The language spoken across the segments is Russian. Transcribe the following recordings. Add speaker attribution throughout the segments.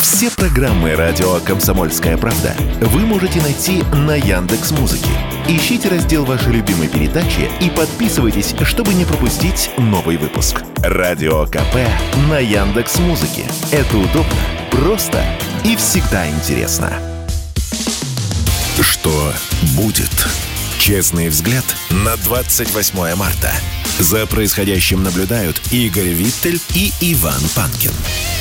Speaker 1: Все программы радио «Комсомольская правда» вы можете найти на Яндекс.Музыке. Ищите раздел вашей любимой передачи и подписывайтесь, чтобы не пропустить новый выпуск. Радио КП на Яндекс.Музыке. Это удобно, просто и всегда интересно. Что будет? Честный взгляд на 28 марта. За происходящим наблюдают Игорь Виттель и Иван Панкин.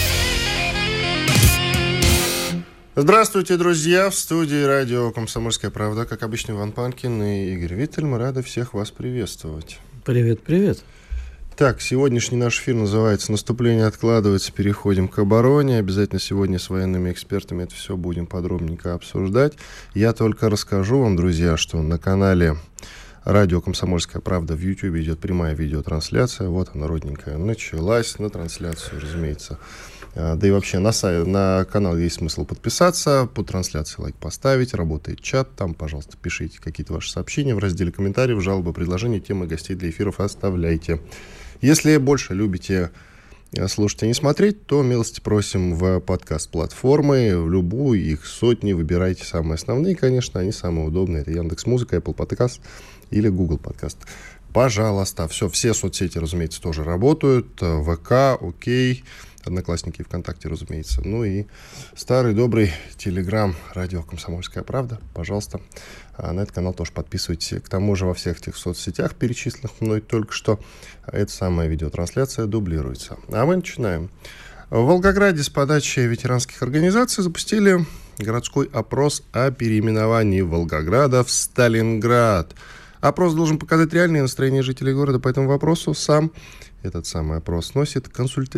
Speaker 2: Здравствуйте, друзья! В студии радио «Комсомольская правда», как обычно, Иван Панкин и Игорь Виттель. Мы рады всех вас приветствовать.
Speaker 3: Привет, привет.
Speaker 2: Так, сегодняшний наш эфир называется «Наступление откладывается, переходим к обороне». Обязательно сегодня с военными экспертами это все будем подробненько обсуждать. Я только расскажу вам, друзья, что на канале радио «Комсомольская правда» в YouTube идет прямая видеотрансляция. Вот она, родненькая, началась. На трансляцию, разумеется. Да и вообще на канал есть смысл подписаться, под трансляцией лайк поставить, работает чат, там, пожалуйста, пишите какие-то ваши сообщения в разделе комментариев, жалобы, предложения, темы гостей для эфиров оставляйте. Если больше любите слушать, а не смотреть, то милости просим в подкаст-платформы, в любую, их сотни, выбирайте самые основные, конечно, они самые удобные, это Яндекс.Музыка, Apple Podcast или Google Podcast. Пожалуйста, все соцсети, разумеется, тоже работают, ВК, Окей, Одноклассники, ВКонтакте, разумеется. Ну и старый добрый Телеграм, радио «Комсомольская правда». Пожалуйста, на этот канал тоже подписывайтесь. К тому же во всех этих соцсетях, перечисленных мной только что, эта самая видеотрансляция дублируется. А мы начинаем. В Волгограде с подачи ветеранских организаций запустили городской опрос о переименовании Волгограда в Сталинград. Опрос должен показать реальное настроение жителей города по этому вопросу. Сам этот самый опрос носит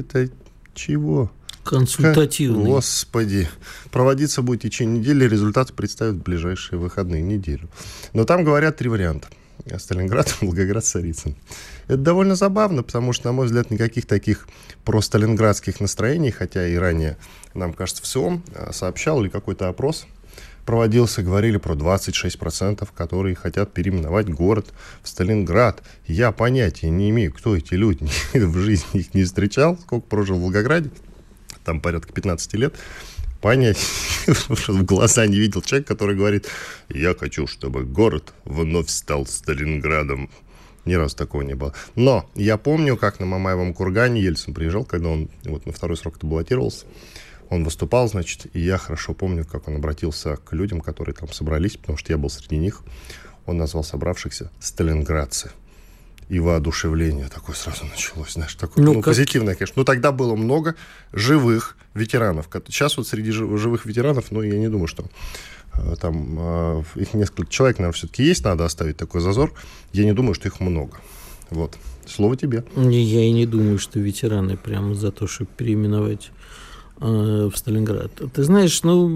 Speaker 2: консультативный. Господи. Проводиться будет в течение недели. Результаты представят в ближайшие выходные, неделю. Но там говорят 3 варианта. Сталинград, Волгоград, Царицын. Это довольно забавно, потому что, на мой взгляд, никаких таких просталинградских настроений, хотя и ранее, нам кажется, ВСО сообщал, или какой-то опрос проводился, говорили про 26%, которые хотят переименовать город в Сталинград. Я понятия не имею, кто эти люди, в жизни их не встречал, сколько прожил в Волгограде, там порядка 15 лет. Понятия, в глаза не видел человек, который говорит: я хочу, чтобы город вновь стал Сталинградом. Ни разу такого не было. Но я помню, как на Мамаевом кургане Ельцин приезжал, когда он вот на второй срок баллотировался. Он выступал, значит, и я хорошо помню, как он обратился к людям, которые там собрались, потому что я был среди них. Он назвал собравшихся сталинградцы. И воодушевление такое сразу началось, знаешь, такое, позитивное, конечно. Но тогда было много живых ветеранов. Сейчас вот среди живых ветеранов, я не думаю, что там их несколько человек, наверное, все-таки есть, надо оставить такой зазор. Я не думаю, что их много. Вот, слово тебе.
Speaker 3: Я и не думаю, что ветераны прямо за то, чтобы переименовать в Сталинград. Ты знаешь,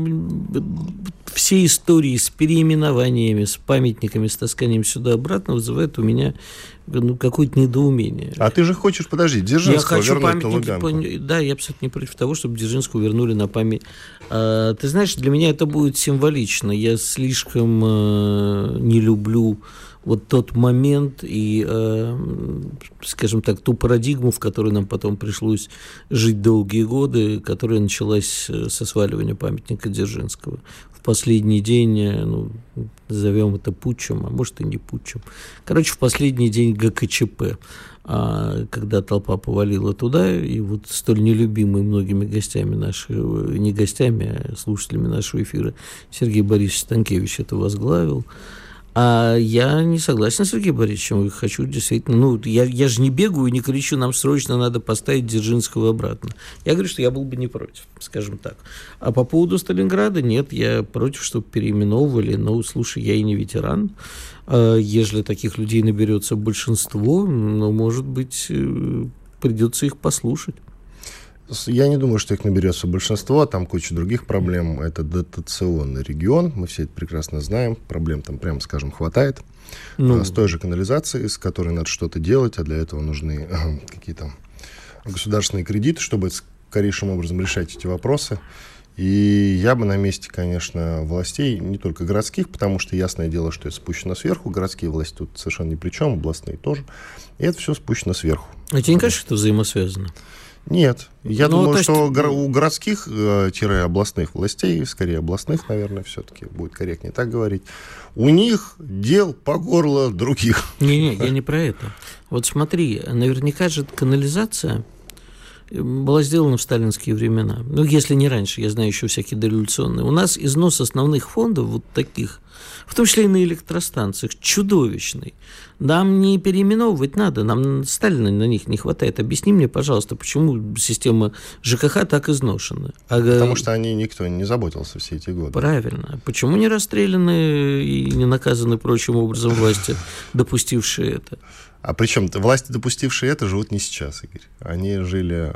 Speaker 3: все истории с переименованиями, с памятниками, с тасканием сюда-обратно вызывают у меня какое-то недоумение.
Speaker 2: А ты же хочешь, Дзержинского вернуть на Лубянку.
Speaker 3: Да, я абсолютно не против того, чтобы Дзержинского вернули на память. Ты знаешь, для меня это будет символично. Я слишком не люблю вот тот момент и, скажем так, ту парадигму, в которой нам потом пришлось жить долгие годы, которая началась со сваливания памятника Дзержинского. В последний день, назовем это путчем, а может и не путчем. В последний день ГКЧП, когда толпа повалила туда, и вот столь нелюбимый многими гостями нашего, не гостями, а слушателями нашего эфира, Сергей Борисович Станкевич это возглавил. А я не согласен с Сергеем Борисовичем. Хочу действительно... я же не бегаю и не кричу, нам срочно надо поставить Дзержинского обратно. Я говорю, что я был бы не против, скажем так. А по поводу Сталинграда, нет, я против, чтобы переименовывали. Слушай, я и не ветеран. Ежели таких людей наберется большинство, может быть, придется их послушать.
Speaker 2: Я не думаю, что их наберется большинство, там куча других проблем. Это дотационный регион, мы все это прекрасно знаем, проблем там, прямо скажем, хватает. С той же канализацией, с которой надо что-то делать, а для этого нужны какие-то государственные кредиты, чтобы скорейшим образом решать эти вопросы. И я бы на месте, конечно, властей, не только городских, потому что ясное дело, что это спущено сверху, городские власти тут совершенно ни при чем, областные тоже, и это все спущено сверху.
Speaker 3: А тебе не кажется, что это взаимосвязано?
Speaker 2: Нет. Я думаю, что у городских-областных властей, скорее областных, наверное, все-таки будет корректнее так говорить, у них дел по горло других.
Speaker 3: Не-не, я не про это. Вот смотри, наверняка же канализация была сделана в сталинские времена. Ну, если не раньше, я знаю еще всякие дореволюционные. У нас износ основных фондов вот таких, в том числе и на электростанциях, чудовищный. Нам не переименовывать надо, нам Сталина на них не хватает. Объясни мне, пожалуйста, почему система ЖКХ так изношена?
Speaker 2: Потому что о ней никто не заботился все эти годы.
Speaker 3: Правильно. Почему не расстреляны и не наказаны прочим образом власти, допустившие это?
Speaker 2: А причем власти, допустившие это, живут не сейчас, Игорь. Они жили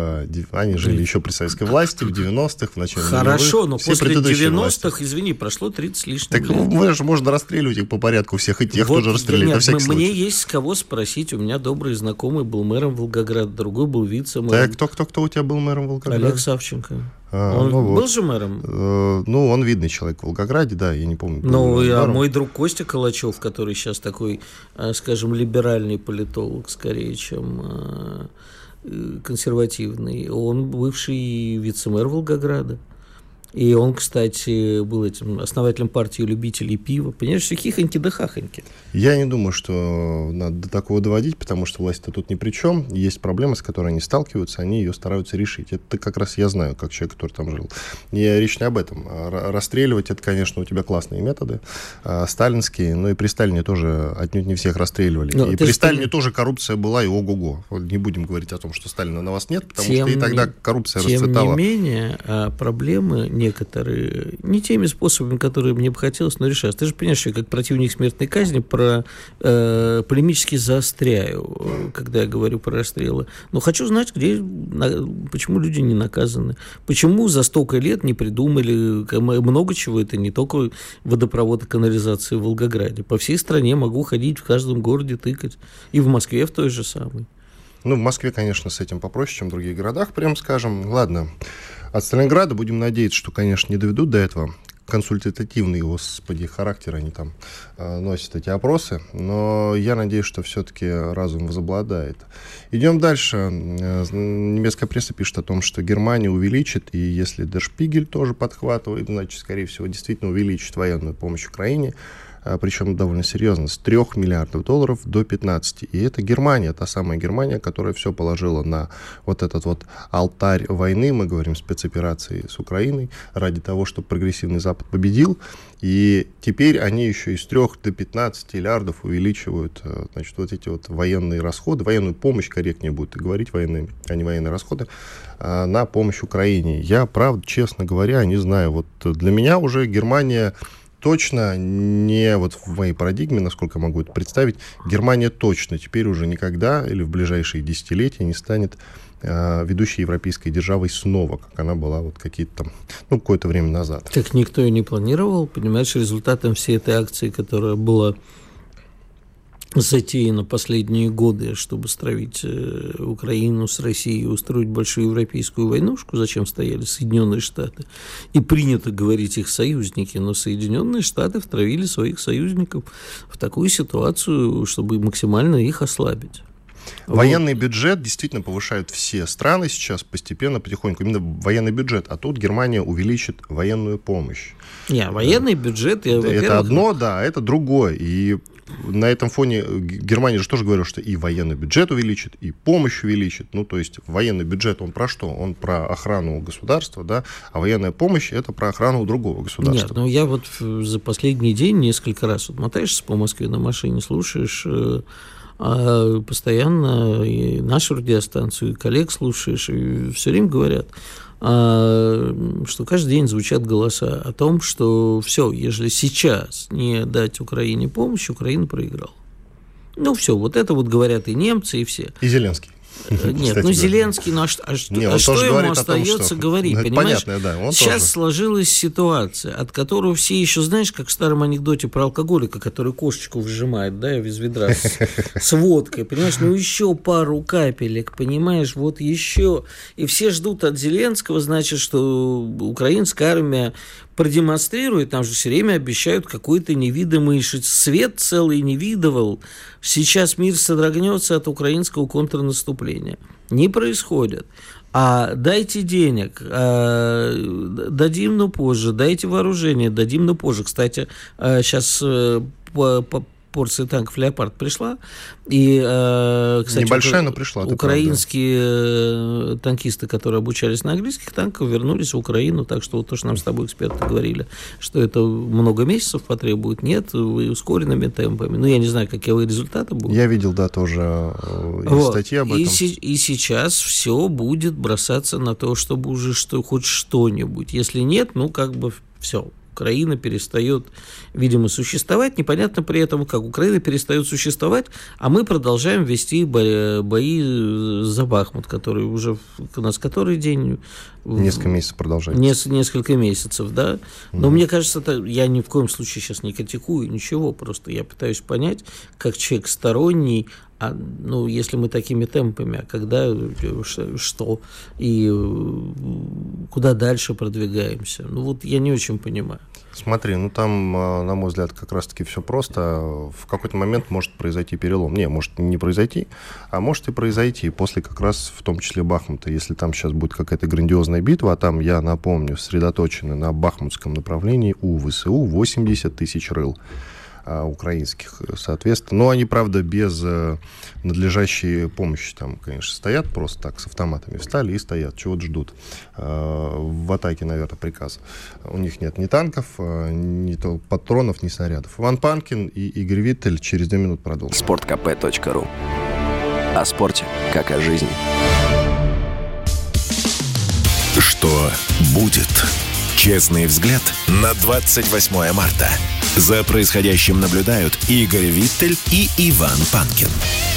Speaker 2: еще при советской власти, в 90-х, в начале нулевых.
Speaker 3: Хорошо, но после 90-х, извини, прошло 30 с лишним лет.
Speaker 2: Так можно расстреливать их по порядку всех, и тех тоже расстрелять на всякий случай.
Speaker 3: Мне есть с кого спросить. У меня добрый знакомый был мэром Волгограда, другой был вице-мэром.
Speaker 2: Так, кто у тебя был мэром Волгограда?
Speaker 3: Олег Савченко. Он был же мэром?
Speaker 2: Он видный человек в Волгограде, да, я не помню.
Speaker 3: Мой друг Костя Калачев, который сейчас такой, скажем, либеральный политолог, скорее, чем консервативный, он бывший вице-мэр Волгограда. И он, кстати, был этим основателем партии любителей пива. Понимаешь, все хихоньки да хахоньки.
Speaker 2: Я не думаю, что надо до такого доводить, потому что власть-то тут ни при чем. Есть проблемы, с которой они сталкиваются, они ее стараются решить. Это как раз я знаю, как человек, который там жил. И речь не об этом. Расстреливать — это, конечно, у тебя классные методы, сталинские, но и при Сталине тоже отнюдь не всех расстреливали. И при Сталине тоже коррупция была, и ого-го. Не будем говорить о том, что Сталина на вас нет, потому что и тогда коррупция расцветала.
Speaker 3: Тем не менее, проблемы некоторые не теми способами, которые мне бы хотелось, но решать. Ты же понимаешь, что я как противник смертной казни полемически заостряю, когда я говорю про расстрелы. Но хочу знать, почему люди не наказаны. Почему за столько лет не придумали много чего. Это не только водопровод и канализация в Волгограде. По всей стране могу ходить, в каждом городе тыкать. И в Москве в той же самой.
Speaker 2: В Москве, конечно, с этим попроще, чем в других городах, прям скажем. Ладно. От Сталинграда будем надеяться, что, конечно, не доведут до этого. Консультативный, господи, характер они там носят, эти опросы. Но я надеюсь, что все-таки разум возобладает. Идем дальше. Немецкая пресса пишет о том, что Германия увеличит, и если Der Spiegel тоже подхватывает, значит, скорее всего, действительно увеличит военную помощь Украине. Причем довольно серьезно, с $3 миллиардов до 15. И это Германия, та самая Германия, которая все положила на вот этот вот алтарь войны, мы говорим, спецоперации с Украиной, ради того, чтобы прогрессивный Запад победил. И теперь они еще из 3 до 15 миллиардов увеличивают, значит, вот эти вот военные расходы, военную помощь, корректнее будет говорить, военные, а не военные расходы, на помощь Украине. Я, правда, честно говоря, не знаю, вот для меня уже Германия... Точно не вот в моей парадигме, насколько могу это представить, Германия точно теперь уже никогда или в ближайшие десятилетия не станет ведущей европейской державой снова, как она была вот какие-то там, какое-то время назад.
Speaker 3: Так никто и не планировал, понимаешь, результатом всей этой акции, которая была затеяна последние годы, чтобы стравить Украину с Россией, устроить большую европейскую войнушку, зачем стояли Соединенные Штаты. И принято говорить их союзники, но Соединенные Штаты втравили своих союзников в такую ситуацию, чтобы максимально их ослабить.
Speaker 2: Военный бюджет действительно повышают все страны сейчас постепенно, потихоньку. Именно военный бюджет. А тут Германия увеличит военную помощь.
Speaker 3: Военный бюджет...
Speaker 2: Это одно, да, это другое. И на этом фоне Германия же тоже говорила, что и военный бюджет увеличит, и помощь увеличит. То есть военный бюджет, он про что? Он про охрану государства, да, а военная помощь — это про охрану другого государства.
Speaker 3: Нет, я вот за последний день несколько раз мотаешься по Москве на машине, слушаешь постоянно и нашу радиостанцию, и коллег слушаешь, и все время говорят, что каждый день звучат голоса о том, что все, если сейчас не дать Украине помощь, Украина проиграла. Все, вот это вот говорят и немцы, и все.
Speaker 2: И Зеленский.
Speaker 3: Нет, Зеленский, что ему остается говорить, понимаешь? Понятно, да, сейчас тоже сложилась ситуация, от которой все еще, знаешь, как в старом анекдоте про алкоголика, который кошечку выжимает, да, из ведра с водкой, понимаешь, еще пару капелек, понимаешь, вот еще. И все ждут от Зеленского, значит, что украинская армия продемонстрирует. Там же все время обещают какой-то невидимый свет целый не видывал. Сейчас мир содрогнется от украинского контрнаступления. Не происходит. А дайте денег, дадим, но позже, дайте вооружение, дадим, но позже. Кстати, сейчас порция танков «Леопард» пришла. И, кстати,
Speaker 2: небольшая, но пришла.
Speaker 3: Украинские танкисты, которые обучались на английских танках, вернулись в Украину. Так что вот то, что нам с тобой эксперты говорили, что это много месяцев потребует, нет, ускоренными темпами. Ну, я не знаю, какие результаты будут.
Speaker 2: Я видел, да, тоже статьи об этом.
Speaker 3: И сейчас все будет бросаться на то, чтобы уже хоть что-нибудь. Если нет, ну, как бы все. Украина перестает, видимо, существовать. Непонятно при этом, как Украина перестает существовать, а мы продолжаем вести бои за Бахмут, который уже у нас который день?
Speaker 2: Несколько месяцев продолжается.
Speaker 3: Несколько месяцев, да. Но мне кажется, я ни в коем случае сейчас не критикую ничего, просто я пытаюсь понять, как человек сторонний, если мы такими темпами, а когда, что, и куда дальше продвигаемся? Ну, вот я не очень понимаю.
Speaker 2: Смотри, там, на мой взгляд, как раз-таки все просто. В какой-то момент может произойти перелом. Может не произойти, а может и произойти. После как раз, в том числе, Бахмута. Если там сейчас будет какая-то грандиозная битва, а там, я напомню, сосредоточены на бахмутском направлении у ВСУ 80 тысяч рыл украинских, соответственно. Но они, правда, без надлежащей помощи там, конечно, стоят просто так, с автоматами встали и стоят, чего-то ждут. В атаке, наверное, приказ. У них нет ни танков, ни патронов, ни снарядов. Иван Панкин и Игорь Виттель через 2 минуты продолжим.
Speaker 4: sportkp.ru. О спорте, как о жизни.
Speaker 1: Что будет? Честный взгляд на 28 марта. За происходящим наблюдают Игорь Виттель и Иван Панкин.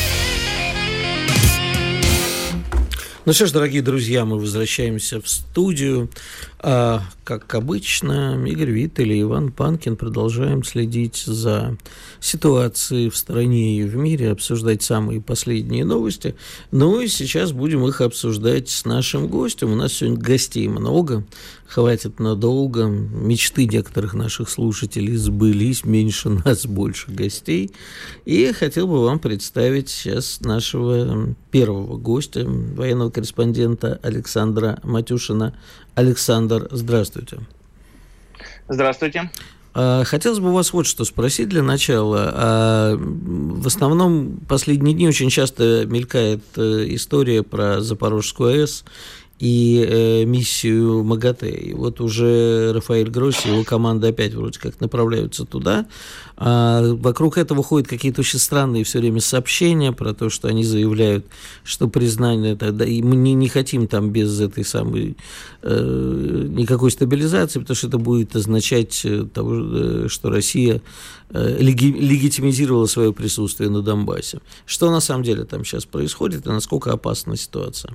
Speaker 3: Ну что ж, дорогие друзья, мы возвращаемся в студию. Как обычно, Игорь Виттель и Иван Панкин продолжаем следить за ситуацией в стране и в мире, обсуждать самые последние новости. Ну и сейчас будем их обсуждать с нашим гостем. У нас сегодня гостей много, хватит надолго. Мечты некоторых наших слушателей сбылись, меньше нас, больше гостей. И хотел бы вам представить сейчас нашего первого гостя, военного корреспондента Александра Матюшина. Александр, здравствуйте.
Speaker 5: Здравствуйте.
Speaker 3: Хотелось бы у вас вот что спросить для начала. В основном последние дни очень часто мелькает история про Запорожскую АЭС и миссию МАГАТЭ. И вот уже Рафаэль Гросси и его команда опять вроде как направляются туда. Вокруг этого ходят какие-то очень странные все время сообщения про то, что они заявляют, что признание это, да, и мы не хотим там без этой самой никакой стабилизации, потому что это будет означать того, что Россия легитимизировала свое присутствие на Донбассе. Что на самом деле там сейчас происходит и насколько опасна ситуация?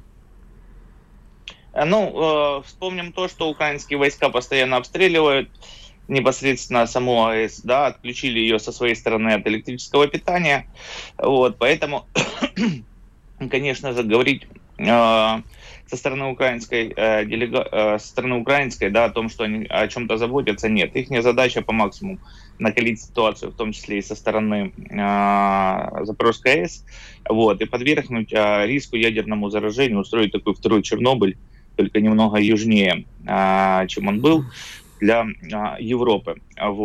Speaker 5: Вспомним то, что украинские войска постоянно обстреливают непосредственно саму АЭС, да, отключили ее со своей стороны от электрического питания, поэтому, конечно же, говорить со стороны украинской, да, о том, что они о чем-то заботятся, нет. Их задача по максимуму накалить ситуацию, в том числе и со стороны Запорожской АЭС, и подвергнуть риску ядерному заражению, устроить такой второй Чернобыль, только немного южнее, чем он был, для Европы.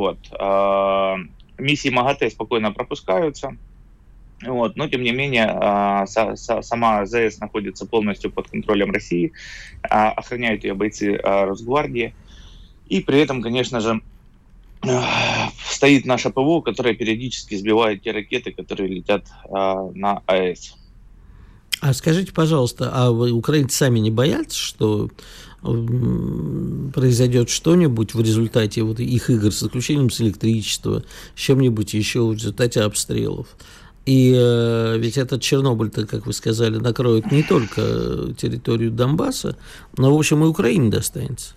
Speaker 5: Миссии МАГАТЭ спокойно пропускаются, но тем не менее сама ЗАЭС находится полностью под контролем России, охраняют ее бойцы Росгвардии, и при этом, конечно же, стоит наша ПВО, которая периодически сбивает те ракеты, которые летят на АЭС.
Speaker 3: А скажите, пожалуйста, а украинцы сами не боятся, что произойдет что-нибудь в результате их игр с отключением с электричества, с чем-нибудь еще в результате обстрелов? И ведь этот Чернобыль-то, как вы сказали, накроет не только территорию Донбасса, но, в общем, и Украине достанется.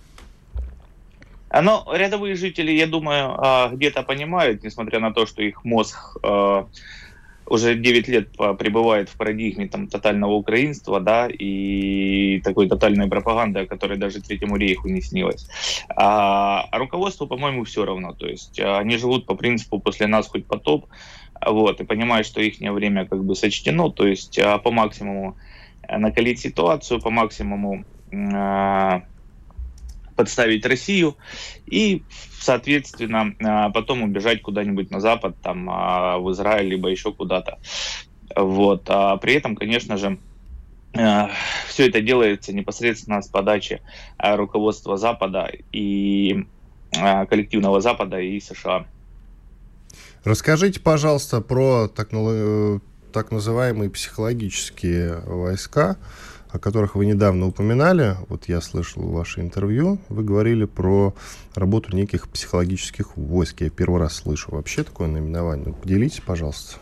Speaker 5: Рядовые жители, я думаю, где-то понимают, несмотря на то, что их мозг уже 9 лет пребывает в парадигме тотального украинства, да, и такой тотальной пропаганды, о которой даже Третьему рейху не снилось. А руководству, по-моему, все равно. То есть они живут по принципу «после нас хоть потоп», вот, и понимают, что их время как бы сочтено, то есть по максимуму накалить ситуацию, по максимуму подставить Россию и, соответственно, потом убежать куда-нибудь на Запад, там, в Израиль, либо еще куда-то. Вот. А при этом, конечно же, все это делается непосредственно с подачи руководства Запада и коллективного Запада и США.
Speaker 2: Расскажите, пожалуйста, про так называемые психологические войска, о которых вы недавно упоминали. Вот я слышал ваше интервью. Вы говорили про работу неких психологических войск. Я первый раз слышу вообще такое наименование. Поделитесь, пожалуйста.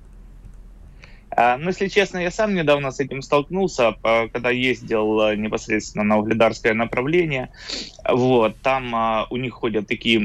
Speaker 5: Ну, если честно, я сам недавно с этим столкнулся, когда ездил непосредственно на угледарское направление. Вот, там у них ходят такие,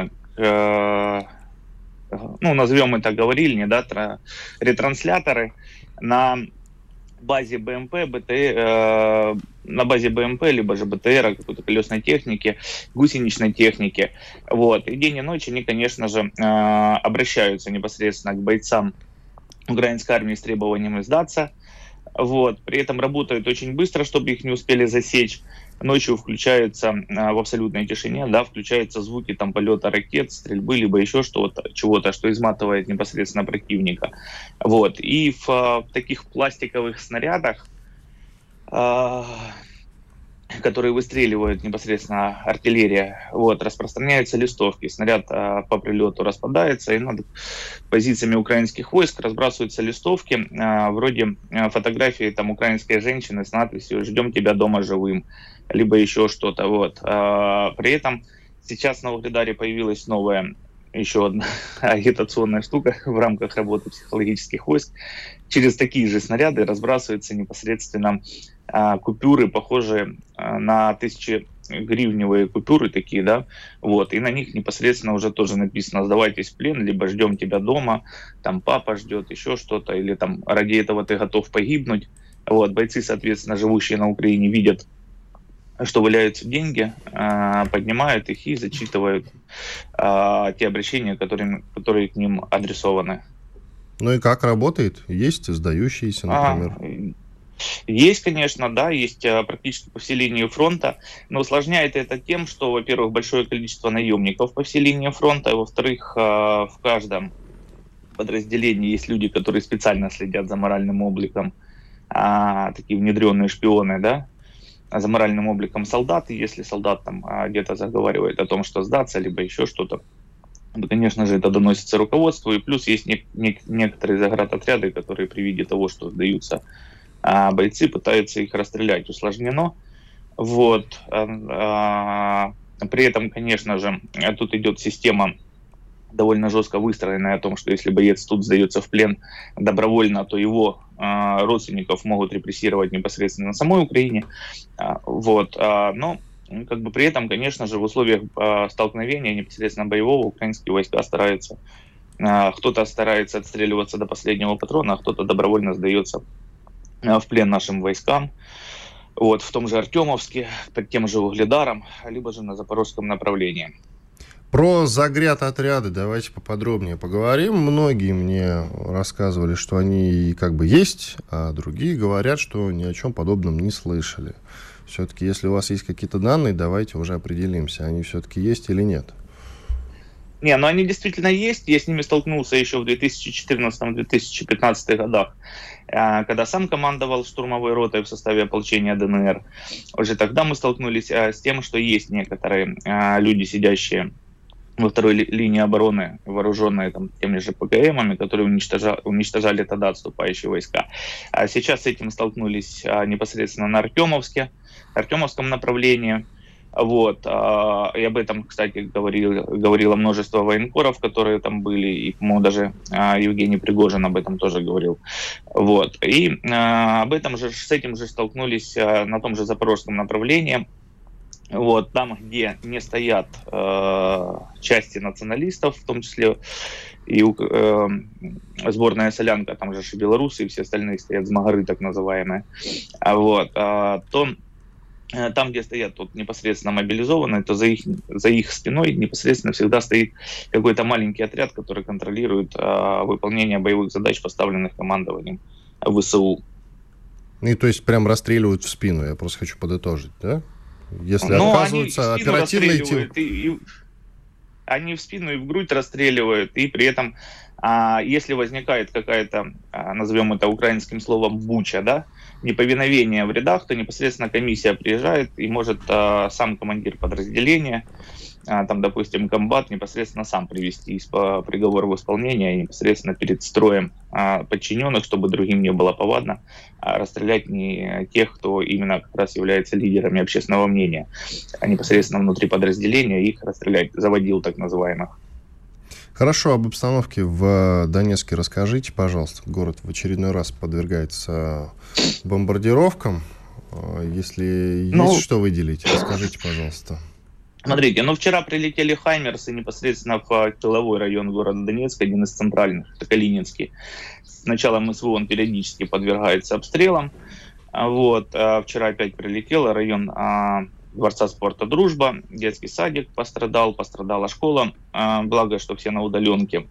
Speaker 5: назовем это говорильни, да, ретрансляторы на базе БМП, на базе БМП, либо же БТР, какой-то колесной техники, гусеничной техники. Вот. И день и ночь они, конечно же, обращаются непосредственно к бойцам украинской армии с требованием сдаться. Вот. При этом работают очень быстро, чтобы их не успели засечь. Ночью включаются в абсолютной тишине, да, включаются звуки там полета ракет, стрельбы, либо еще чего-то, что изматывает непосредственно противника. Вот. И в таких пластиковых снарядах, которые выстреливают непосредственно артиллерия, вот, распространяются листовки. Снаряд по прилету распадается, и над позициями украинских войск разбрасываются листовки, вроде фотографии там украинской женщины с надписью «Ждем тебя дома живым», либо еще что-то. Вот. При этом сейчас на Угледаре появилась новая еще одна агитационная штука в рамках работы психологических войск. Через такие же снаряды разбрасываются непосредственно купюры, похожие на 1000-гривневые купюры такие, да, вот, и на них непосредственно уже тоже написано «Сдавайтесь в плен», либо «Ждем тебя дома», там «Папа ждет», еще что-то, или там «Ради этого ты готов погибнуть». Вот, бойцы, соответственно, живущие на Украине, видят, что валяются деньги, поднимают их и зачитывают те обращения, которые к ним адресованы.
Speaker 2: Ну и как работает? Есть сдающиеся, например?
Speaker 5: Есть, конечно, да, есть практически по всей линии фронта, но усложняет это тем, что, во-первых, большое количество наемников по всей линии фронта, и, во-вторых, в каждом подразделении есть люди, которые специально следят за моральным обликом, такие внедренные шпионы, да, за моральным обликом солдат, и если солдат там где-то заговаривает о том, что сдаться, либо еще что-то, то, конечно же, это доносится руководству, и плюс есть некоторые заградотряды, которые при виде того, что сдаются бойцы, пытаются их расстрелять. Усложнено. Вот. При этом, конечно же, тут идет система довольно жестко выстроенная о том, что если боец тут сдается в плен добровольно, то его родственников могут репрессировать непосредственно на самой Украине. Вот. Но как бы при этом, конечно же, в условиях столкновения непосредственно боевого украинские войска стараются, кто-то старается отстреливаться до последнего патрона, а кто-то добровольно сдается в плен нашим войскам. Вот, в том же Артемовске, под тем же Угледаром, либо же на Запорожском направлении.
Speaker 2: Про заградотряды давайте поподробнее поговорим. Многие мне рассказывали, что они как бы есть, а другие говорят, что ни о чем подобном не слышали. Все-таки, если у вас есть какие-то данные, давайте уже определимся, они все-таки есть или нет.
Speaker 5: Не, ну они действительно есть. Я с ними столкнулся еще в 2014-2015 годах, когда сам командовал штурмовой ротой в составе ополчения ДНР. Уже тогда мы столкнулись с тем, что есть некоторые люди, сидящие во второй линии обороны, вооруженные там теми же ПКМами, которые уничтожали тогда отступающие войска. А сейчас с этим столкнулись непосредственно на Артемовском направлении. Вот. И об этом, кстати, говорило множество военкоров, которые там были, и, по-моему, даже Евгений Пригожин об этом тоже говорил. Вот. И с этим же столкнулись на том же Запорожском направлении. Вот, там, где не стоят части националистов, в том числе и сборная Солянка, там же и белорусы, и все остальные стоят змагары, так называемые, вот, то там, где стоят вот непосредственно мобилизованные, то за их спиной непосредственно всегда стоит какой-то маленький отряд, который контролирует выполнение боевых задач, поставленных командованием ВСУ.
Speaker 2: И то есть прям расстреливают в спину, я просто хочу подытожить, да? Если оказывается оперативно идти...
Speaker 5: Они в спину и в грудь расстреливают, и при этом, если возникает какая-то, назовем это украинским словом, буча, да, неповиновение в рядах, то непосредственно комиссия приезжает и может сам командир подразделения, там, допустим, комбат, непосредственно сам привести приговор в исполнение и непосредственно перед строем подчиненных, чтобы другим не было повадно, расстрелять не тех, кто именно как раз является лидерами общественного мнения, а непосредственно внутри подразделения их расстрелять, заводил так называемых.
Speaker 2: Хорошо, об обстановке в Донецке расскажите, пожалуйста. Город в очередной раз подвергается бомбардировкам. Если есть что выделить, расскажите, пожалуйста.
Speaker 5: Смотрите, вчера прилетели «Хаймерсы» непосредственно в тыловой район города Донецк, один из центральных, это Калининский. С началом СВО он периодически подвергается обстрелам. Вчера опять прилетело, район Дворца спорта «Дружба», детский садик пострадала школа. Благо, что все на удаленке,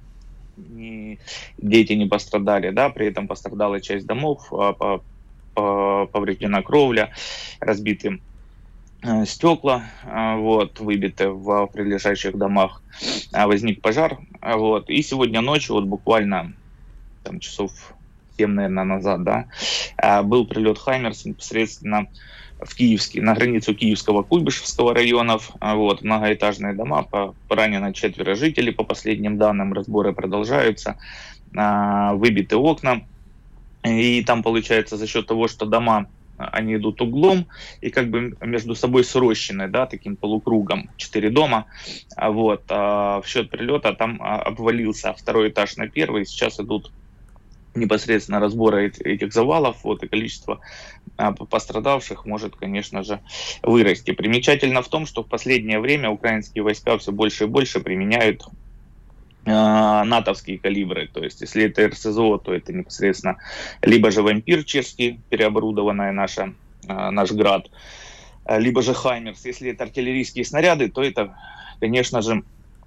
Speaker 5: дети не пострадали, да, при этом пострадала часть домов, повреждена кровля, разбиты стекла, выбиты в прилежащих домах, возник пожар, и сегодня ночью, буквально там часов 7, наверное, назад, да, был прилет «Хаймерс» непосредственно в Киевский, на границу Киевского, Куйбышевского районов, многоэтажные дома, поранено 4 жителей, по последним данным, разборы продолжаются, выбиты окна, и там получается за счет того, что дома, они идут углом и как бы между собой срощены, да, таким полукругом, 4 дома, в счет прилета там обвалился 2-й этаж на 1-й, сейчас идут непосредственно разбора этих завалов, и количество пострадавших может, конечно же, вырасти. Примечательно в том, что в последнее время украинские войска все больше и больше применяют натовские калибры. То есть, если это РСЗО, то это непосредственно либо же «Вампир» чешский, переоборудованная наш «Град», либо же «Хаймерс». Если это артиллерийские снаряды, то это, конечно же,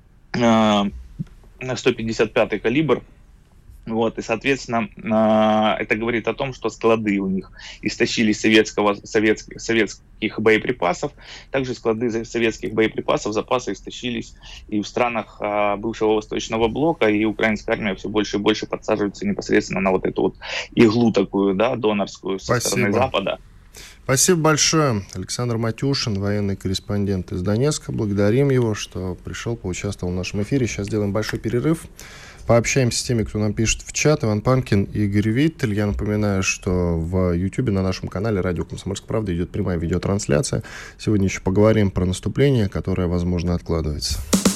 Speaker 5: 155-й калибр. И, соответственно, это говорит о том, что склады у них истощили советских боеприпасов. Также склады советских боеприпасов, запасы истощились и в странах бывшего Восточного блока, и украинская армия все больше и больше подсаживается непосредственно на эту иглу такую, да, донорскую со стороны Запада.
Speaker 2: Спасибо большое. Александр Матюшин, военный корреспондент из Донецка. Благодарим его, что пришел, поучаствовал в нашем эфире. Сейчас сделаем большой перерыв. Пообщаемся с теми, кто нам пишет в чат. Иван Панкин и Игорь Виттель. Я напоминаю, что в Ютубе на нашем канале «Радио Комсомольская правда» идет прямая видеотрансляция. Сегодня еще поговорим про наступление, которое, возможно, откладывается.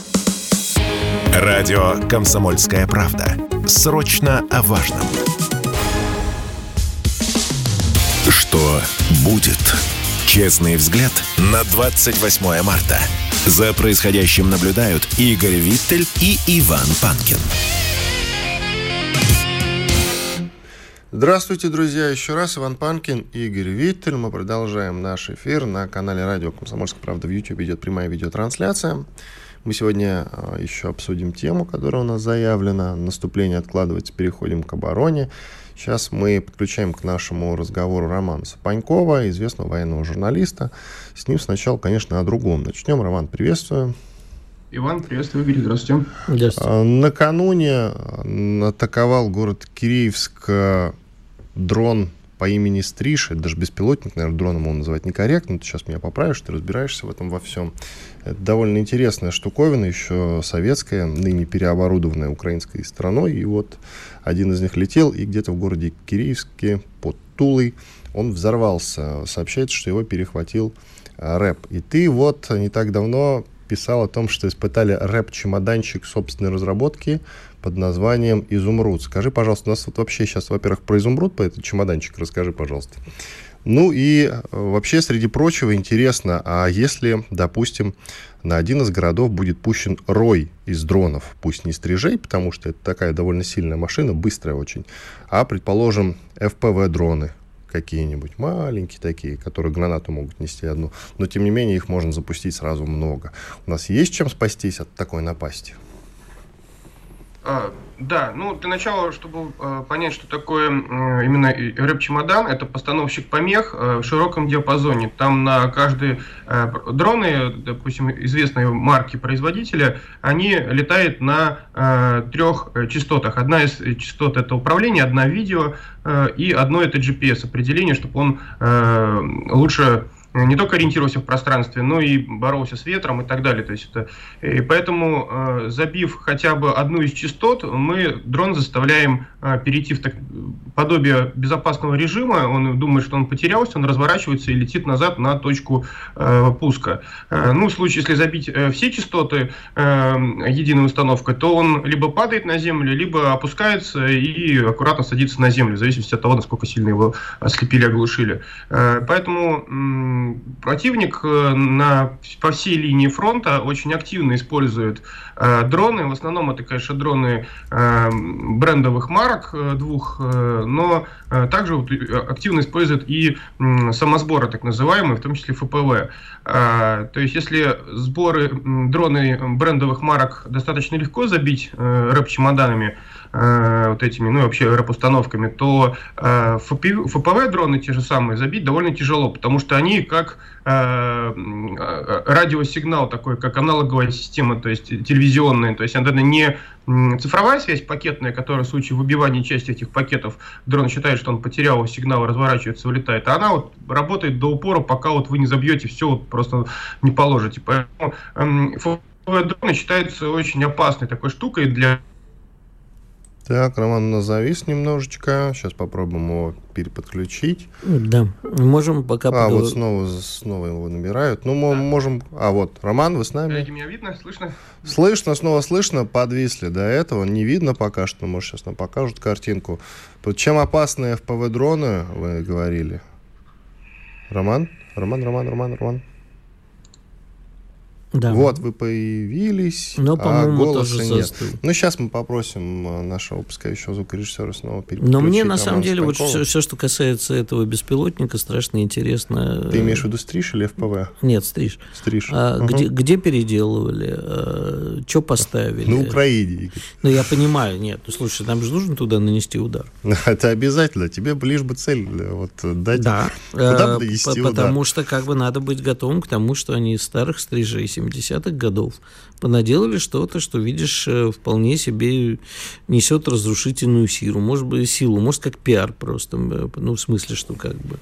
Speaker 1: Радио «Комсомольская правда». Срочно о важном. Что будет? Честный взгляд на 28 марта. За происходящим наблюдают Игорь Виттель и Иван Панкин.
Speaker 2: Здравствуйте, друзья. Еще раз Иван Панкин и Игорь Виттель. Мы продолжаем наш эфир на канале «Радио Комсомольская правда». В YouTube идет прямая видеотрансляция. Мы сегодня еще обсудим тему, которая у нас заявлена. Наступление откладывается, переходим к обороне. Сейчас мы подключаем к нашему разговору Романа Сапанькова, известного военного журналиста. С ним сначала, конечно, о другом начнем. Роман, приветствую.
Speaker 6: Иван, приветствую, Игорь, здравствуйте.
Speaker 3: Здравствуйте.
Speaker 2: Накануне атаковал город Киреевск дрон по имени Стриж. Это даже беспилотник, наверное, дроном его называть некорректно. Ты сейчас меня поправишь, ты разбираешься в этом во всем. Это довольно интересная штуковина, еще советская, ныне переоборудованная украинской страной. И один из них летел, и где-то в городе Киреевске под Тулой он взорвался. Сообщается, что его перехватил рэп. И ты не так давно писал о том, что испытали рэп-чемоданчик собственной разработки под названием «Изумруд». Скажи, пожалуйста, у нас вообще сейчас, во-первых, про изумруд, по этот чемоданчик расскажи, пожалуйста. Ну и вообще, среди прочего, интересно, а если, допустим, на один из городов будет пущен рой из дронов, пусть не стрижей, потому что это такая довольно сильная машина, быстрая очень, а, предположим, FPV-дроны, какие-нибудь, маленькие такие, которые гранату могут нести одну, но тем не менее их можно запустить сразу много. У нас есть чем спастись от такой напасти?
Speaker 6: Да, для начала, чтобы понять, что такое именно рэп-чемодан, это постановщик помех в широком диапазоне. Там на каждые дроны, допустим, известной марки производителя, они летают на 3 частотах. Одна из частот — это управление, одна — видео, и одно — это GPS-определение, чтобы он лучше не только ориентировался в пространстве, но и боролся с ветром и так далее. То есть и поэтому, забив хотя бы одну из частот, мы дрон заставляем перейти в подобие безопасного режима. Он думает, что он потерялся, он разворачивается и летит назад на точку пуска. В случае, если забить все частоты единой установкой, то он либо падает на землю, либо опускается и аккуратно садится на землю, в зависимости от того, насколько сильно его ослепили, оглушили. Поэтому противник по всей линии фронта очень активно использует дроны. В основном это, конечно, дроны брендовых марок двух, но также активно использует и самосборы, так называемые, в том числе ФПВ. То есть, если дроны брендовых марок достаточно легко забить рэп-чемоданами, вообще рэп-установками, то ФПВ дроны те же самые забить довольно тяжело, потому что они как радиосигнал такой, как аналоговая система, то есть телевизионная, то есть это не цифровая связь пакетная, которая в случае выбивания части этих пакетов дрон считает, что он потерял сигнал, разворачивается, вылетает, а она работает до упора, пока вы не забьете все, просто не положите. Поэтому ФПВ-дроны считаются очень опасной такой штукой для...
Speaker 2: Так, Роман у нас завис немножечко. Сейчас попробуем его переподключить.
Speaker 3: Да, можем пока...
Speaker 2: вот снова его набирают. Можем... Роман, вы с нами?
Speaker 6: Коллеги, меня видно? Слышно?
Speaker 2: Слышно, снова слышно. Подвисли до этого. Не видно пока что. Может, сейчас нам покажут картинку. Чем опасны FPV-дроны, вы говорили? Роман? Роман.
Speaker 3: Да.
Speaker 2: Вот, вы появились,
Speaker 3: но, по-моему,
Speaker 2: голоса
Speaker 3: тоже
Speaker 2: нет.
Speaker 3: застыл.
Speaker 2: Сейчас мы попросим нашего выпускающего звукорежиссера снова переключить.
Speaker 3: Но мне, на самом деле, все, что касается этого беспилотника, страшно интересно.
Speaker 2: Ты имеешь в виду стриж или FPV?
Speaker 3: Нет, стриж. Где переделывали? Что поставили?
Speaker 2: На Украине.
Speaker 3: Я понимаю, нет. Слушай, нам же нужно туда нанести удар.
Speaker 2: Это обязательно. Тебе лишь бы цель дать. Да, нанести удар.
Speaker 3: Потому что надо быть готовым к тому, что они из старых стрижей 70-х годов понаделали что-то, что, видишь, вполне себе несет разрушительную силу. Может, как пиар просто. В смысле, что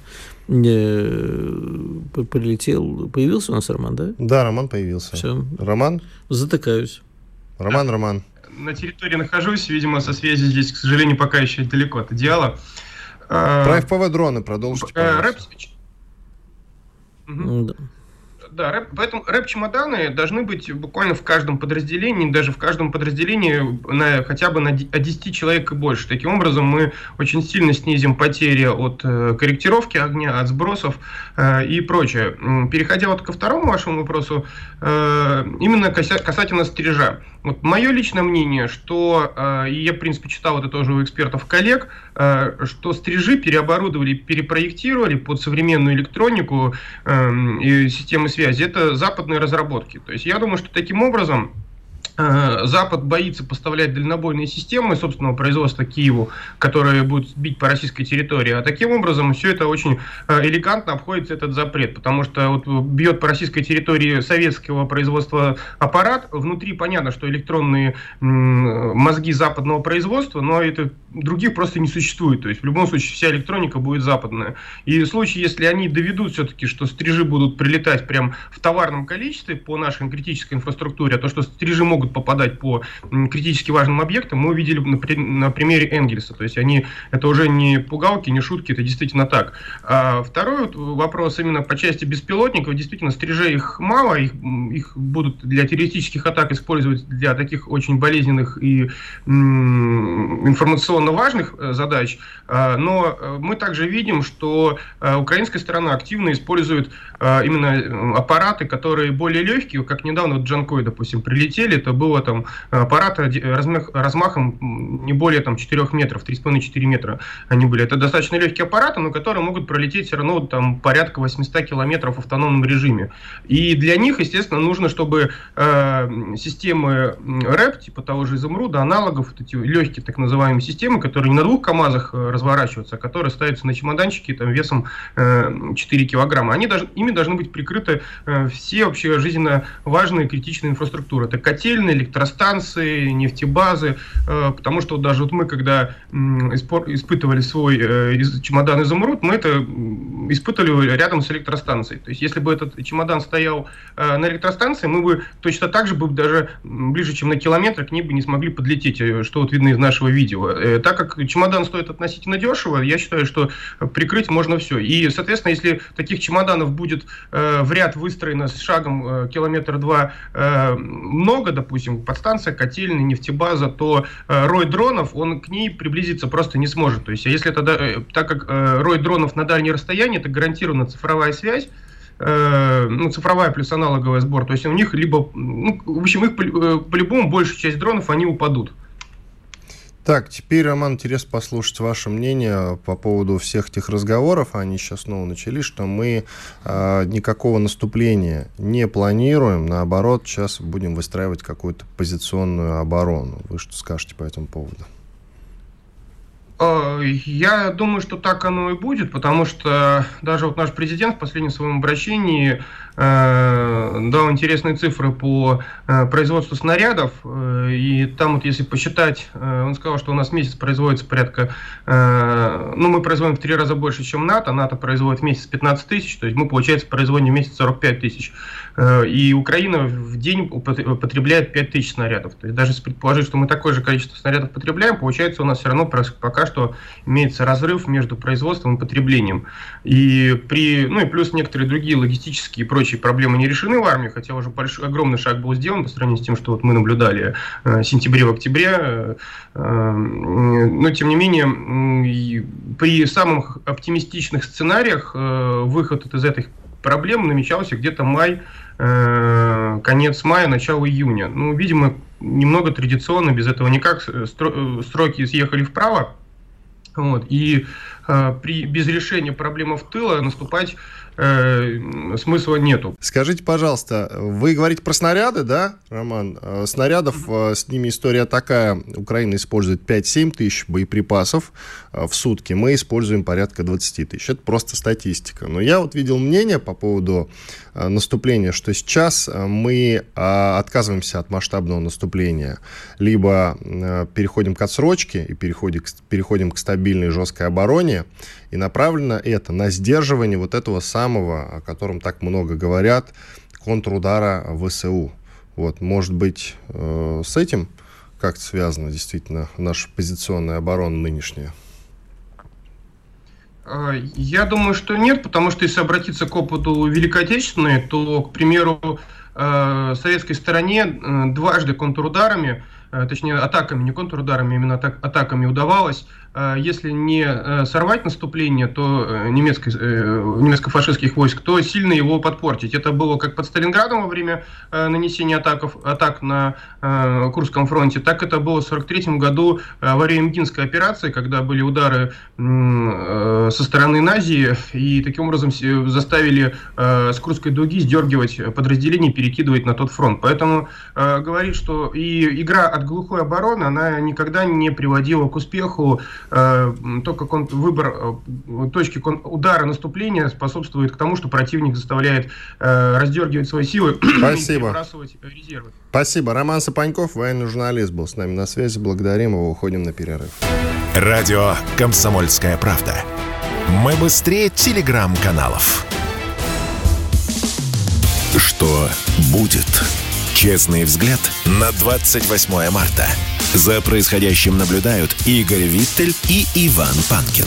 Speaker 3: прилетел. Появился у нас Роман, да?
Speaker 2: Да, Роман появился.
Speaker 3: Все.
Speaker 2: Роман?
Speaker 3: Затыкаюсь.
Speaker 2: Роман.
Speaker 6: На территории нахожусь, видимо, со связью здесь, к сожалению, пока еще далеко от идеала.
Speaker 2: Про FPV-дроны продолжите, пожалуйста.
Speaker 6: Да, поэтому рэп-чемоданы должны быть буквально в каждом подразделении, даже в каждом подразделении хотя бы от 10 человек и больше. Таким образом, мы очень сильно снизим потери от корректировки огня, от сбросов и прочее. Переходя ко второму вашему вопросу, именно касательно стрижа. Мое личное мнение, что, и я, в принципе, читал это тоже у экспертов-коллег, что стрижи переоборудовали, перепроектировали под современную электронику и системы связи. Это западные разработки. То есть я думаю, что таким образом Запад боится поставлять дальнобойные системы собственного производства Киеву, которые будут бить по российской территории. А таким образом все это очень элегантно обходится этот запрет, потому что бьет по российской территории советского производства аппарат. Внутри понятно, что электронные мозги западного производства, но это других просто не существует. То есть в любом случае вся электроника будет западная. И в случае, если они доведут все-таки, что стрижи будут прилетать прям в товарном количестве по нашей критической инфраструктуре, а то, что стрижи могут попадать по критически важным объектам, мы увидели на примере Энгельса. То есть это уже не пугалки, не шутки, это действительно так. А второй вопрос именно по части беспилотников. Действительно, стрижей их мало, их будут для террористических атак использовать для таких очень болезненных и информационно важных задач. Но мы также видим, что украинская сторона активно использует именно аппараты, которые более легкие, как недавно Джанкой, допустим, прилетели. Это было там аппарата размахом не более там 4 метров, 3,5-4 метра они были. Это достаточно легкие аппараты, но которые могут пролететь все равно там порядка 800 километров в автономном режиме. И для них, естественно, нужно, чтобы системы РЭП, типа того же Изумруда, аналогов, вот эти легкие так называемые системы, которые не на 2 КАМАЗах разворачиваются, а которые ставятся на чемоданчики там, весом 4 килограмма, ими должны быть прикрыты все вообще жизненно важные критичные инфраструктуры. Это котельные, электростанции, нефтебазы, потому что даже вот мы, когда испытывали свой чемодан «Изумруд», мы это испытывали рядом с электростанцией. То есть, если бы этот чемодан стоял на электростанции, мы бы точно так же, даже ближе, чем на километр, к ней бы не смогли подлететь, что вот видно из нашего видео. Так как чемодан стоит относительно дешево, я считаю, что прикрыть можно все. И, соответственно, если таких чемоданов будет в ряд выстроено с шагом 1-2 километра много, допустим, подстанция, котельная, нефтебаза, то рой дронов, он к ней приблизиться просто не сможет. То есть, если так как рой дронов на дальние расстояния, это гарантированно цифровая связь, цифровая плюс аналоговая сбор, то есть у них либо, в общем, их по-любому большая часть дронов, они упадут.
Speaker 2: Так, теперь, Роман, интересно послушать ваше мнение по поводу всех этих разговоров. Они сейчас снова начались, что мы никакого наступления не планируем. Наоборот, сейчас будем выстраивать какую-то позиционную оборону. Вы что скажете по этому поводу?
Speaker 6: Я думаю, что так оно и будет, потому что даже вот наш президент в последнем своем обращении дал интересные цифры по производству снарядов, и там вот если посчитать, он сказал, что у нас в месяц производится порядка, мы производим в 3 раза больше, чем НАТО производит в месяц 15 тысяч, то есть мы, получается, производим в месяц 45 тысяч, и Украина в день потребляет 5 тысяч снарядов, то есть даже если предположить, что мы такое же количество снарядов потребляем, получается у нас все равно пока что имеется разрыв между производством и потреблением, и плюс некоторые другие логистические и прочие проблемы не решены в армии, хотя уже огромный шаг был сделан по сравнению с тем, что вот мы наблюдали в сентябре, в октябре. Но, тем не менее, при самых оптимистичных сценариях выход из этой проблемы намечался где-то май, конец мая, начало июня. Видимо, немного традиционно, без этого никак, строки съехали вправо. И без решения проблемы в тыле наступать смысла нету.
Speaker 2: Скажите, пожалуйста, вы говорите про снаряды, да, Роман? Снарядов, с ними история такая. Украина использует 5-7 тысяч боеприпасов в сутки. Мы используем порядка 20 тысяч. Это просто статистика. Но я вот видел мнение по поводу наступления, что сейчас мы отказываемся от масштабного наступления. Либо переходим к отсрочке и переходим к стабильной жесткой обороне. И направлено это на сдерживание вот этого самого, о котором так много говорят, контрудара ВСУ. Может быть, с этим как-то связана действительно наша позиционная оборона нынешняя?
Speaker 6: Я думаю, что нет, потому что если обратиться к опыту Великой Отечественной, то, к примеру, советской стороне дважды контрударами, точнее атаками, не контрударами, именно атаками удавалось, если не сорвать наступление немецко-фашистских войск, то сильно его подпортить. Это было как под Сталинградом во время нанесения атак на Курском фронте, так это было в 1943 году во время Мгинской операции, когда были удары со стороны Назии, и таким образом заставили с Курской дуги сдергивать подразделения и перекидывать на тот фронт. Поэтому говорит, что и игра от глухой обороны, она никогда не приводила к успеху. То, как выбор точки удара наступления способствует к тому, что противник заставляет раздергивать свои силы и перебрасывать резервы.
Speaker 2: Спасибо. Роман Сапаньков, военный журналист, был с нами на связи. Благодарим его. Уходим на перерыв.
Speaker 1: Радио «Комсомольская правда». Мы быстрее телеграм-каналов. Что будет? Честный взгляд на 28 марта. За происходящим наблюдают Игорь Виттель и Иван Панкин.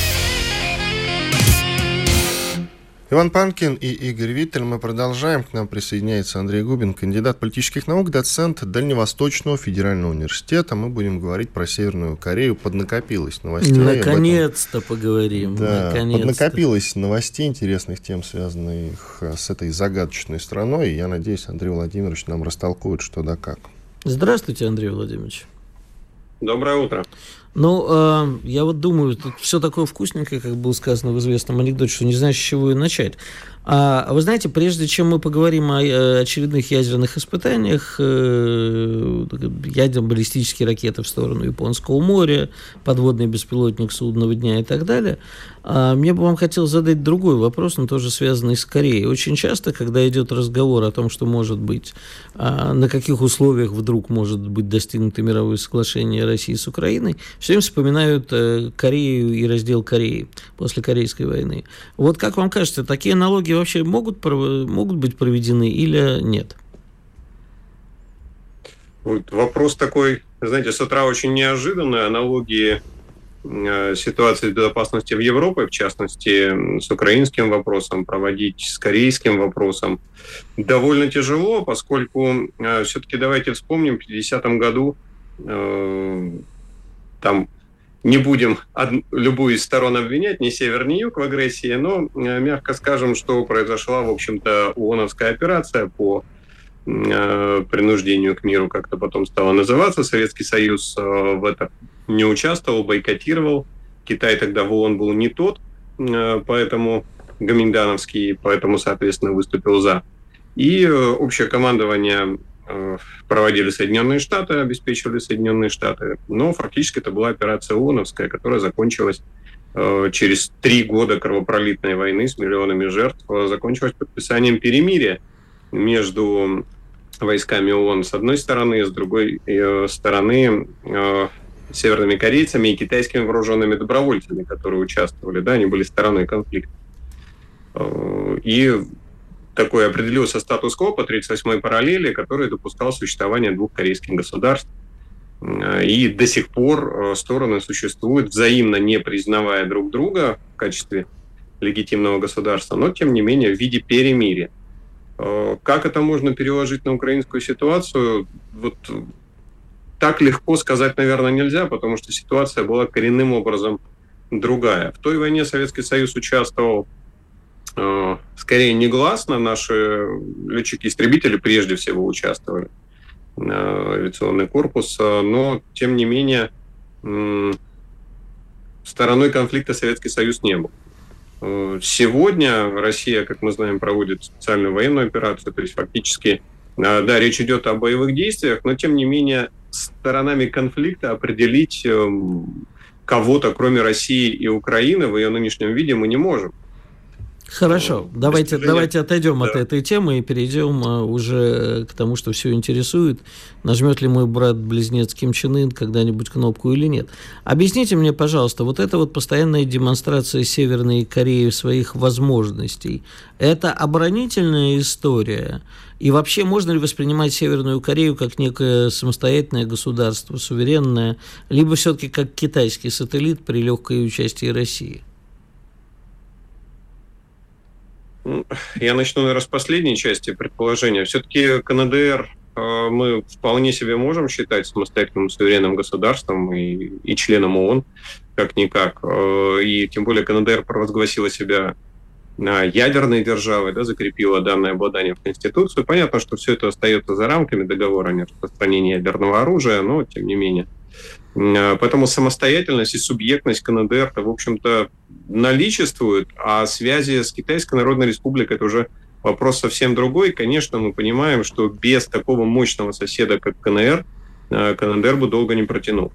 Speaker 2: Иван Панкин и Игорь Виттель. Мы продолжаем. К нам присоединяется Андрей Губин, кандидат политических наук, доцент Дальневосточного федерального университета. Мы будем говорить про Северную Корею. Поднакопилось новостей.
Speaker 3: Наконец-то поговорим.
Speaker 2: Да, поднакопилось новостей, интересных тем, связанных с этой загадочной страной. И я надеюсь, Андрей Владимирович нам растолкует, что да как.
Speaker 3: Здравствуйте, Андрей Владимирович.
Speaker 7: Доброе утро.
Speaker 3: Ну, я вот думаю, тут все такое вкусненькое, как было сказано в известном анекдоте, что не знаешь, с чего и начать. Вы знаете, прежде чем мы поговорим о очередных ядерных испытаниях, ядерно-баллистические ракеты в сторону Японского моря, подводный беспилотник судного дня и так далее, мне бы вам хотелось задать другой вопрос, но тоже связанный с Кореей. Очень часто, когда идет разговор о том, что может быть, на каких условиях вдруг может быть достигнуто мировое соглашение России с Украиной, все время вспоминают Корею и раздел Кореи после Корейской войны. Вот как вам кажется, такие аналогии вообще могут быть проведены или нет?
Speaker 7: Вот вопрос такой, знаете, с утра очень неожиданный. Аналогии ситуации безопасности в Европе, в частности, с украинским вопросом, проводить с корейским вопросом довольно тяжело, поскольку все-таки давайте вспомним, в 50-м году там не будем любую из сторон обвинять, ни север, ни юг в агрессии, но, мягко скажем, что произошла, в общем-то, ООНовская операция по принуждению к миру, как-то потом стало называться. Советский Союз в это не участвовал, бойкотировал. Китай тогда в ООН был не тот, поэтому гоминдановский, поэтому, соответственно, выступил за. И общее командование проводили Соединенные Штаты, обеспечивали Соединенные Штаты. Но фактически это была операция ООНовская, которая закончилась через 3 года кровопролитной войны с миллионами жертв, закончилась подписанием перемирия между войсками ООН с одной стороны, с другой стороны северными корейцами и китайскими вооруженными добровольцами, которые участвовали. Да, они были стороной конфликта. И такой определился статус-кво по 38-й параллели, который допускал существование 2 корейских государств. И до сих пор стороны существуют, взаимно не признавая друг друга в качестве легитимного государства, но, тем не менее, в виде перемирия. Как это можно переложить на украинскую ситуацию? Вот так легко сказать, наверное, нельзя, потому что ситуация была коренным образом другая. В той войне Советский Союз участвовал скорее негласно. Наши летчики-истребители прежде всего участвовали, авиационный корпус, но, тем не менее, стороной конфликта Советский Союз не был. Сегодня Россия, как мы знаем, проводит специальную военную операцию, то есть фактически, да, речь идет о боевых действиях, но, тем не менее, сторонами конфликта определить кого-то, кроме России и Украины, в ее нынешнем виде мы не можем.
Speaker 3: Хорошо, давайте отойдем от этой темы и перейдем уже к тому, что все интересует. Нажмет ли мой брат-близнец Ким Чен Ын когда-нибудь кнопку или нет? Объясните мне, пожалуйста, вот эта вот постоянная демонстрация Северной Кореи своих возможностей, это оборонительная история? И вообще, можно ли воспринимать Северную Корею как некое самостоятельное государство, суверенное, либо все-таки как китайский сателлит при легкой участии России?
Speaker 7: Я начну, наверное, с последней части предположения. Все-таки КНДР мы вполне себе можем считать самостоятельным суверенным государством и членом ООН, как-никак. И тем более КНДР провозгласила себя ядерной державой, да, закрепила данное обладание в Конституцию. Понятно, что все это остается за рамками договора о нераспространении ядерного оружия, но тем не менее. Поэтому самостоятельность и субъектность КНДР-то, в общем-то, наличествует, а связи с Китайской Народной Республикой – это уже вопрос совсем другой. Конечно, мы понимаем, что без такого мощного соседа, как КНР, КНДР бы долго не протянул.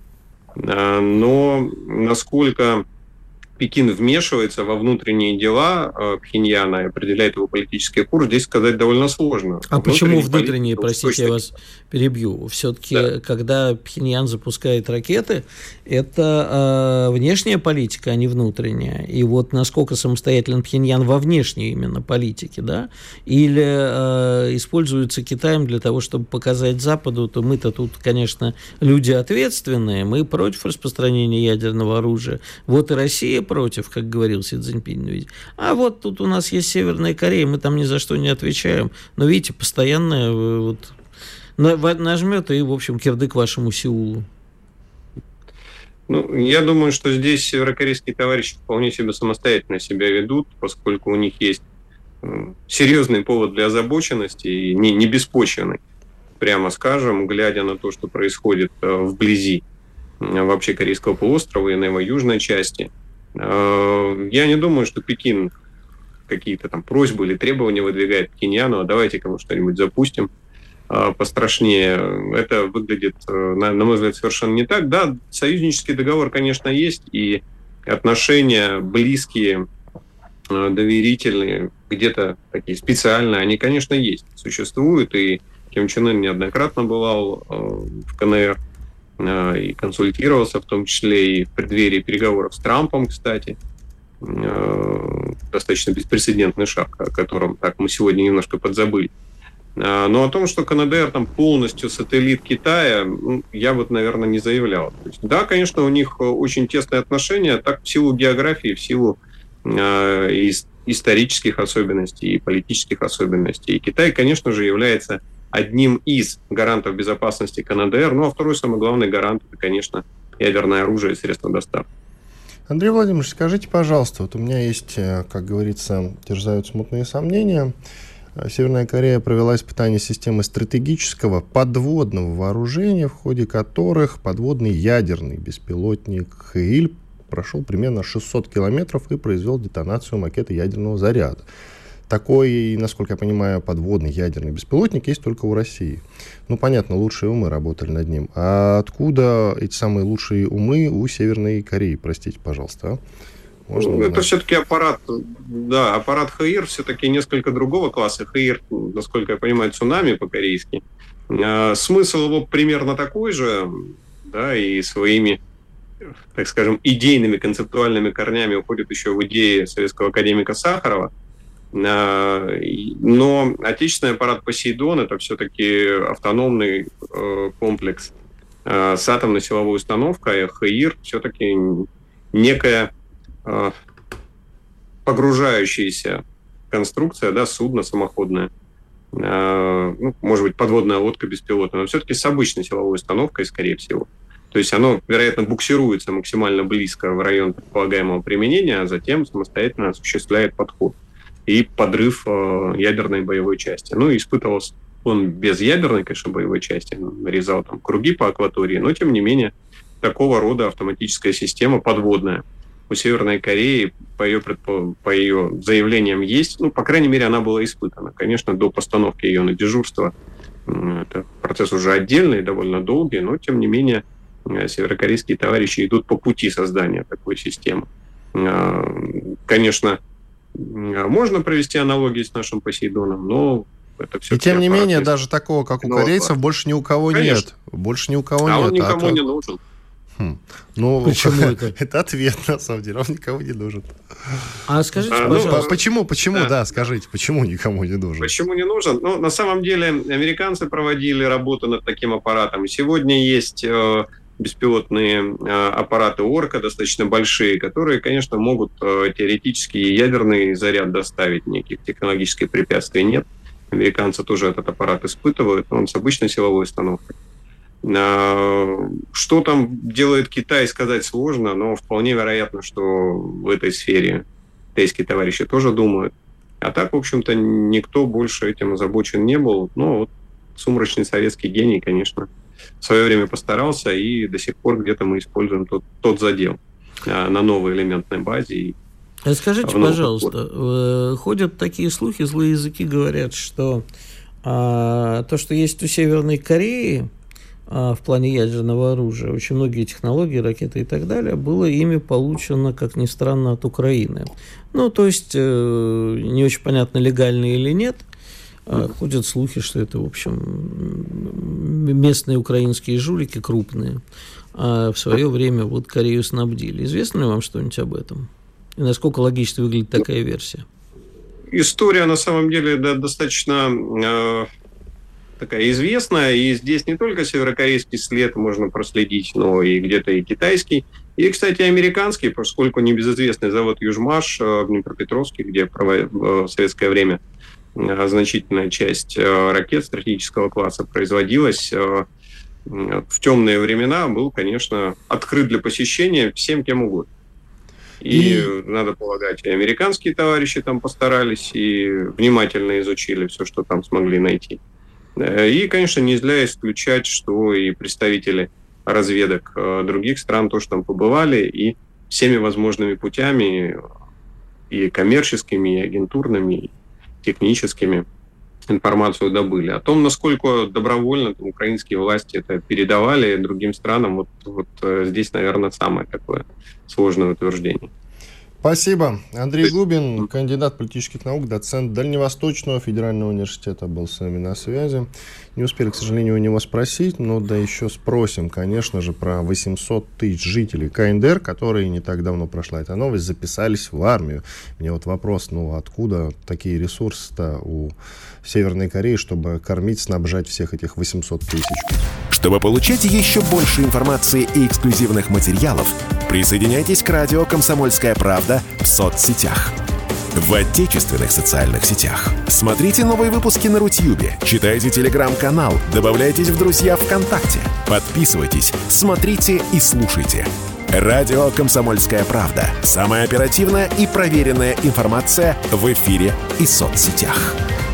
Speaker 7: Но насколько Пекин вмешивается во внутренние дела Пхеньяна и определяет его политический курс, здесь сказать довольно сложно.
Speaker 3: А почему внутренние, простите, я вас перебью? Все-таки, да, когда Пхеньян запускает ракеты, это внешняя политика, а не внутренняя. И вот насколько самостоятелен Пхеньян во внешней именно политике, да? Или используется Китаем для того, чтобы показать Западу, то мы-то тут, конечно, люди ответственные, мы против распространения ядерного оружия. Вот и Россия против, как говорил Си Цзиньпинь. Ведь. А вот тут у нас есть Северная Корея, мы там ни за что не отвечаем. Но видите, постоянно вот нажмет и, в общем, кирдык вашему Сеулу.
Speaker 7: Ну, я думаю, что здесь северокорейские товарищи вполне себе самостоятельно себя ведут, поскольку у них есть серьезный повод для озабоченности и не беспочвенный. прямо скажем, глядя на то, что происходит вблизи вообще Корейского полуострова и на его южной части. Я не думаю, что Пекин какие-то там просьбы или требования выдвигает Пхеньяну, а давайте-ка мы что-нибудь запустим пострашнее. Это выглядит, на мой взгляд, совершенно не так. Да, союзнический договор, конечно, есть, и отношения близкие, доверительные, где-то такие специальные, они, конечно, есть, существуют, и Ким Чен Ын неоднократно бывал в КНР и консультировался, в том числе и в преддверии переговоров с Трампом, кстати. Достаточно беспрецедентный шаг, о котором так мы сегодня немножко подзабыли. Но о том, что КНДР там полностью сателлит Китая, я вот, наверное, не заявлял. То есть, да, конечно, у них очень тесные отношения, так в силу географии, в силу исторических особенностей и политических особенностей. И Китай, конечно же, является одним из гарантов безопасности КНДР, ну а второй самый главный гарант – это, конечно, ядерное оружие и средства доставки.
Speaker 2: Андрей Владимирович, скажите, пожалуйста, вот у меня есть, как говорится, терзают смутные сомнения. Северная Корея провела испытание системы стратегического подводного вооружения, в ходе которых подводный ядерный беспилотник «Хэиль» прошел примерно 600 километров и произвел детонацию макета ядерного заряда. Такой, насколько я понимаю, подводный ядерный беспилотник есть только у России. Ну, понятно, лучшие умы работали над ним. А откуда эти самые лучшие умы у Северной Кореи? Простите, пожалуйста. А? Можно узнать?
Speaker 7: Это все-таки аппарат «Хэир» все-таки несколько другого класса. «Хэир», насколько я понимаю, цунами по-корейски. Смысл его примерно такой же, да, и своими, так скажем, идейными, концептуальными корнями уходит еще в идеи советского академика Сахарова. Но отечественный аппарат «Посейдон» — это все-таки автономный комплекс с атомной силовой установкой, а «Хэир» все-таки некая погружающаяся конструкция, да, судно самоходное, может быть, подводная лодка беспилотная, но все-таки с обычной силовой установкой, скорее всего. То есть оно, вероятно, буксируется максимально близко в район предполагаемого применения, а затем самостоятельно осуществляет подход и подрыв ядерной боевой части. Ну, испытывался он без ядерной, конечно, боевой части, нарезал там круги по акватории, но, тем не менее, такого рода автоматическая система подводная у Северной Кореи, по ее заявлениям, есть. Ну, по крайней мере, она была испытана. Конечно, до постановки ее на дежурство это процесс уже отдельный, довольно долгий, но, тем не менее, северокорейские товарищи идут по пути создания такой системы. Конечно, можно провести аналогии с нашим «Посейдоном», но это все.
Speaker 2: И тем не менее, даже такого, как у корейцев, больше ни у кого нет. Больше ни у кого нет.
Speaker 7: Он никому не нужен.
Speaker 2: Ну, почему это? Это ответ, на самом деле. Он никому не нужен.
Speaker 3: А скажите, пожалуйста.
Speaker 2: Почему, да, скажите, почему никому не нужен?
Speaker 7: Почему не нужен? Ну, на самом деле, американцы проводили работу над таким аппаратом. Сегодня есть беспилотные аппараты «Орка», достаточно большие, которые, конечно, могут теоретически ядерный заряд доставить. Никаких технологических препятствий нет. Американцы тоже этот аппарат испытывают, но он с обычной силовой установкой. Что там делает Китай, сказать сложно, но вполне вероятно, что в этой сфере китайские товарищи тоже думают. А так, в общем-то, никто больше этим озабочен не был. Но вот сумрачный советский гений, конечно, в свое время постарался, и до сих пор где-то мы используем тот задел на новой элементной базе.
Speaker 3: Скажите, пожалуйста, ходят такие слухи, злые языки говорят, что то, что есть у Северной Кореи, в плане ядерного оружия, очень многие технологии, ракеты и так далее, было ими получено, как ни странно, от Украины. Ну, то есть, не очень понятно, легально или нет. Ходят слухи, что это, в общем, местные украинские жулики крупные, в свое время вот Корею снабдили. Известно ли вам что-нибудь об этом? И насколько логично выглядит такая версия?
Speaker 7: История, на самом деле, достаточно такая известная, и здесь не только северокорейский след можно проследить, но и где-то и китайский, и, кстати, американский, поскольку небезызвестный завод «Южмаш» в Днепропетровске, где в советское время значительная часть ракет стратегического класса производилась, в темные времена был, конечно, открыт для посещения всем кем угодно. И надо полагать, и американские товарищи там постарались, и внимательно изучили все, что там смогли найти. И, конечно, нельзя исключать, что и представители разведок других стран тоже там побывали и всеми возможными путями, и коммерческими, и агентурными, и техническими, информацию добыли. О том, насколько добровольно там, украинские власти это передавали другим странам, вот здесь, наверное, самое такое сложное утверждение.
Speaker 2: Спасибо. Андрей Губин, кандидат политических наук, доцент Дальневосточного федерального университета, был с нами на связи. Не успели, к сожалению, у него спросить, но да еще спросим, конечно же, про 800 тысяч жителей КНДР, которые не так давно прошла эта новость, записались в армию. Мне вот вопрос, откуда такие ресурсы-то у Северной Кореи, чтобы кормить, снабжать всех этих 800 тысяч?
Speaker 1: Чтобы получать еще больше информации и эксклюзивных материалов, присоединяйтесь к радио «Комсомольская правда» в соцсетях. В отечественных социальных сетях. Смотрите новые выпуски на Рутьюбе, читайте телеграм-канал, добавляйтесь в друзья ВКонтакте, подписывайтесь, смотрите и слушайте. Радио «Комсомольская правда». Самая оперативная и проверенная информация в эфире и соцсетях.